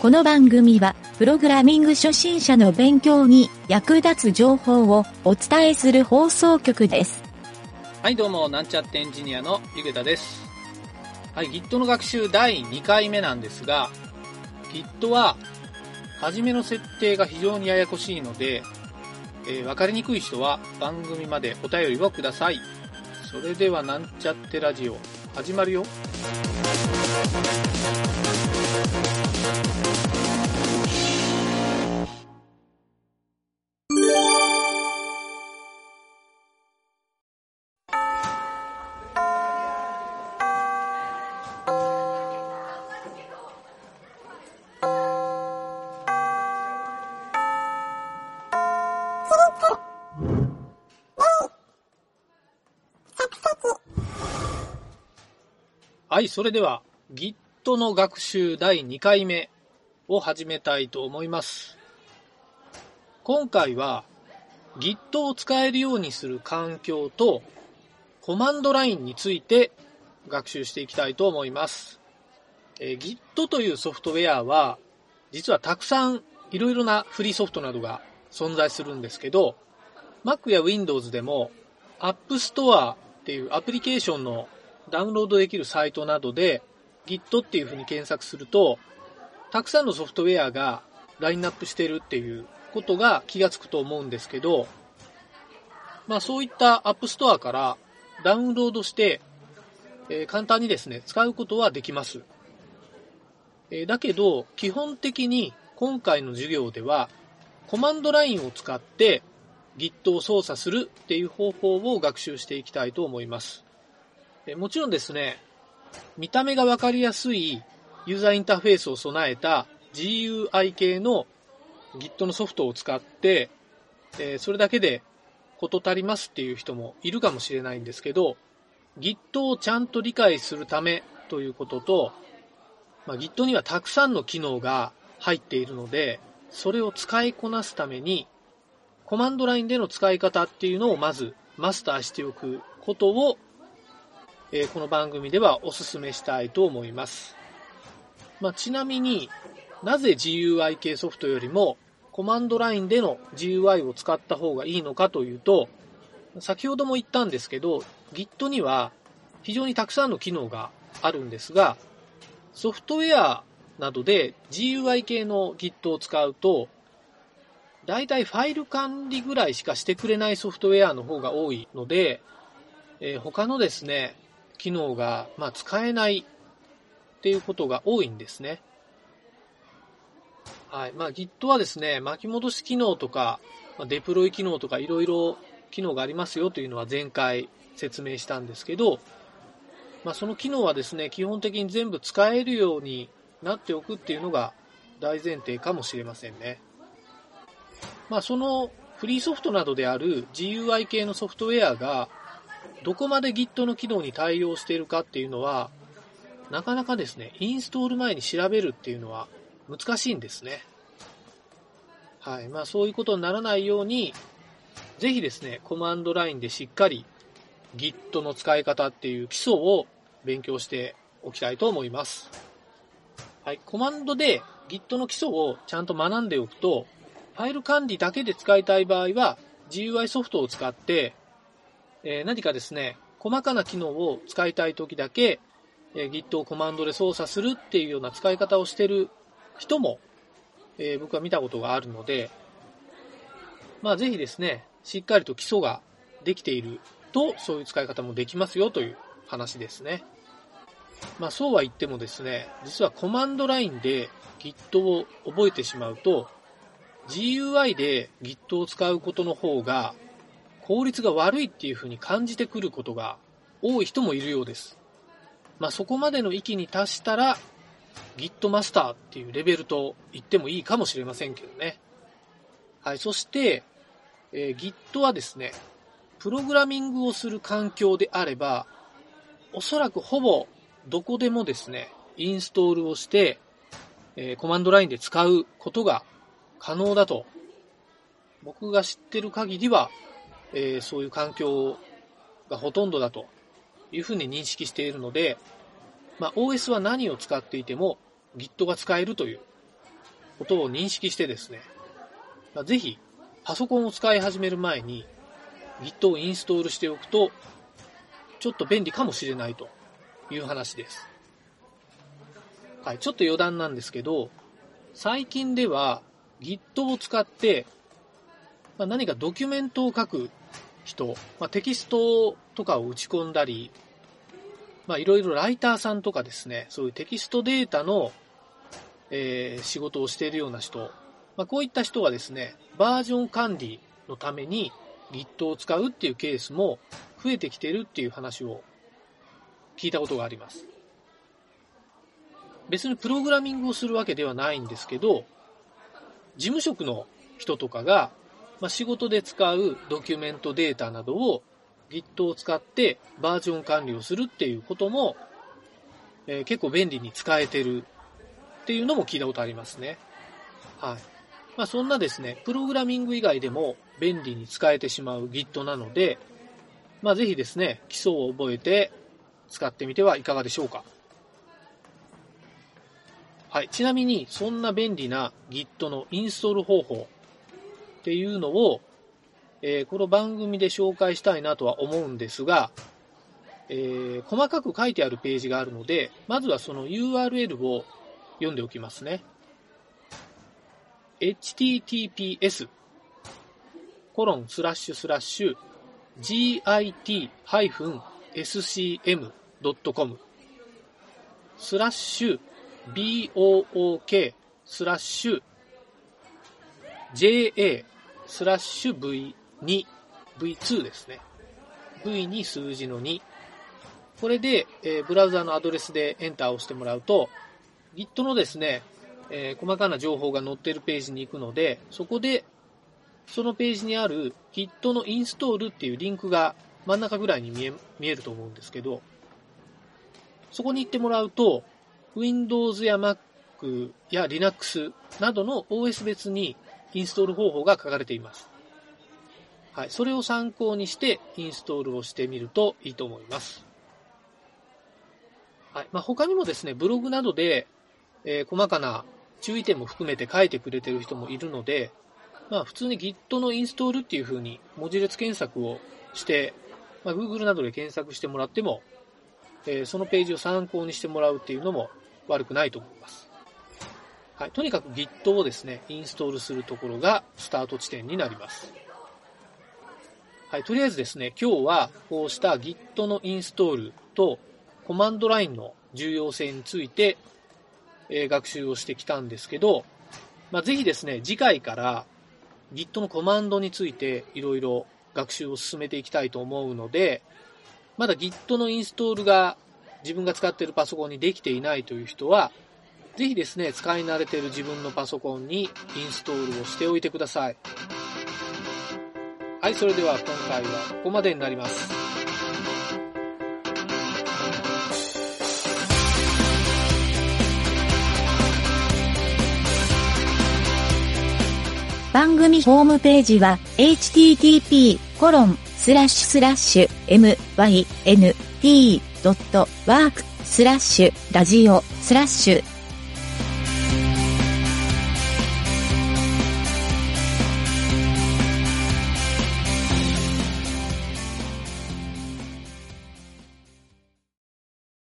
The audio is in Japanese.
この番組は、プログラミング初心者の勉強に役立つ情報をお伝えする放送局です。 はいどうも、なんちゃってエンジニアのゆげたです。はい、Git の学習第2回目なんですが、Git は、初めの設定が非常にややこしいので、わかりにくい人は番組までお便りをください。それではなんちゃってラジオ、始まるよ。はい、それでは Git の学習第2回目を始めたいと思います。今回は Git を使えるようにする環境とコマンドラインについて学習していきたいと思います。Git というソフトウェアは実はたくさんいろいろなフリーソフトなどが存在するんですけど、Mac や Windows でも App Store っていうアプリケーションのダウンロードできるサイトなどで Git っていう風に検索すると、たくさんのソフトウェアがラインナップしてるっていうことが気がつくと思うんですけど、そういったApp Store からダウンロードして、簡単にですね、使うことはできます。だけど、基本的に今回の授業では、コマンドラインを使って Git を操作するっていう方法を学習していきたいと思います。もちろんですね、見た目がわかりやすいユーザーインターフェースを備えた GUI 系の Git のソフトを使って、それだけで事足りますっていう人もいるかもしれないんですけど、Git をちゃんと理解するためということと、Git にはたくさんの機能が入っているので、それを使いこなすために、コマンドラインでの使い方っていうのをまずマスターしておくことを、この番組ではお勧めしたいと思います。ちなみになぜ GUI 系ソフトよりもコマンドラインでの GUI を使った方がいいのかというと、先ほども言ったんですけど Git には非常にたくさんの機能があるんですが、ソフトウェアなどで GUI 系の Git を使うと、だいたいファイル管理ぐらいしかしてくれないソフトウェアの方が多いので、他のですね機能が使えないっていうことが多いんですね。はい。Git はですね、巻き戻し機能とか、デプロイ機能とかいろいろ機能がありますよというのは前回説明したんですけど、その機能はですね、基本的に全部使えるようになっておくっていうのが大前提かもしれませんね。そのフリーソフトなどである GUI 系のソフトウェアがどこまで Git の機能に対応しているかっていうのは、なかなかですね、インストール前に調べるっていうのは難しいんですね。はい。そういうことにならないように、ぜひですね、コマンドラインでしっかり Git の使い方っていう基礎を勉強しておきたいと思います。はい。コマンドで Git の基礎をちゃんと学んでおくと、ファイル管理だけで使いたい場合は GUI ソフトを使って、何かですね、細かな機能を使いたいときだけ、Git をコマンドで操作するっていうような使い方をしている人も、僕は見たことがあるので、ぜひですね、しっかりと基礎ができていると、そういう使い方もできますよという話ですね。そうは言ってもですね、実はコマンドラインで Git を覚えてしまうと、GUI で Git を使うことの方が効率が悪いっていうふうに感じてくることが多い人もいるようです。そこまでの域に達したら Git マスターっていうレベルと言ってもいいかもしれませんけどね。はい。そして、Git はですね、プログラミングをする環境であれば、おそらくほぼどこでもですね、インストールをして、コマンドラインで使うことが可能だと、僕が知ってる限りは、そういう環境がほとんどだというふうに認識しているので、OS は何を使っていても Git が使えるという、 ことを認識してですね、ぜひパソコンを使い始める前に Git をインストールしておくとちょっと便利かもしれないという話です。はい、ちょっと余談なんですけど、最近では Git を使って何かドキュメントを書く人、テキストとかを打ち込んだり、いろいろライターさんとかですね、そういうテキストデータの、仕事をしているような人、こういった人はですね、バージョン管理のために Git を使うっていうケースも増えてきてるっていう話を聞いたことがあります。別にプログラミングをするわけではないんですけど、事務職の人とかが仕事で使うドキュメントデータなどを Git を使ってバージョン管理をするっていうことも、結構便利に使えてるっていうのも聞いたことありますね。はい。そんなですね、プログラミング以外でも便利に使えてしまう Git なので、ぜひですね、基礎を覚えて使ってみてはいかがでしょうか。はい。ちなみに、そんな便利な Git のインストール方法っていうのを、この番組で紹介したいなとは思うんですが、細かく書いてあるページがあるので、まずはその URL を読んでおきますね。https://git-scm.com /book/JA/V2 V2 ですね。V に数字の2。これで、ブラウザのアドレスでエンターを押してもらうと、Git のですね、細かな情報が載っているページに行くので、そこで、そのページにある Git のインストールっていうリンクが真ん中ぐらいに見えると思うんですけど、そこに行ってもらうと、Windows や Mac や Linux などの OS 別にインストール方法が書かれています。はい、それを参考にしてインストールをしてみるといいと思います。はい、他にもですね、ブログなどで、細かな注意点も含めて書いてくれている人もいるので、普通に Git のインストールっていう風に文字列検索をして、Google などで検索してもらっても、そのページを参考にしてもらうっていうのも悪くないと思います。はい、とにかく Git をですね、インストールするところがスタート地点になります。はい、とりあえずですね、今日はこうした Git のインストールとコマンドラインの重要性について、学習をしてきたんですけど、ぜひですね、次回から Git のコマンドについていろいろ学習を進めていきたいと思うので、まだ Git のインストールが自分が使っているパソコンにできていないという人は、ぜひですね、使い慣れている自分のパソコンにインストールをしておいてください。はい、それでは今回はここまでになります。 番組ホームページは http://myn.t.work/radio/